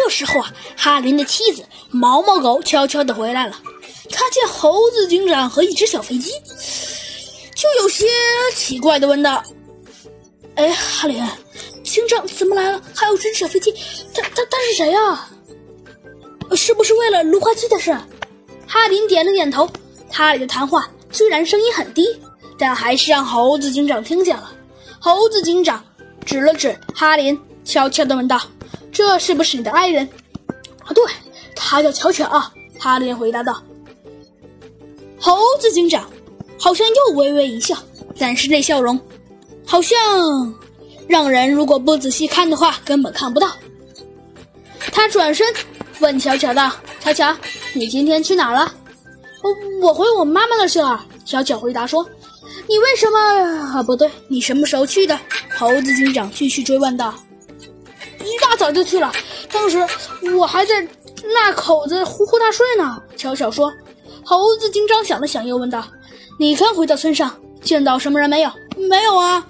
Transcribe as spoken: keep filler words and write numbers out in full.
时候啊，哈林的妻子毛毛狗悄悄地回来了。他见猴子警长和一只小飞机，就有些奇怪地问道：“哎，哈林，警长怎么来了？还有只小飞机，他他他是谁啊？是不是为了芦花鸡的事？”哈林点了点头。他俩的谈话虽然声音很低，但还是让猴子警长听见了。猴子警长指了指哈林，悄悄地问道：“这是不是你的爱人？”“啊，对，他叫巧巧啊。”哈林回答道。猴子警长好像又微微一笑，但是那笑容好像让人如果不仔细看的话根本看不到。他转身问巧巧道：“巧巧，你今天去哪儿了？”“我回我妈妈那儿去了。”巧巧回答说。“你为什么啊？不对，你什么时候去的？”猴子警长继续追问道。“一大早就去了，当时我还在那口子呼呼大睡呢。”巧巧说。猴子警长想了想，又问道：“你刚回到村上，见到什么人没有？”“没有啊。”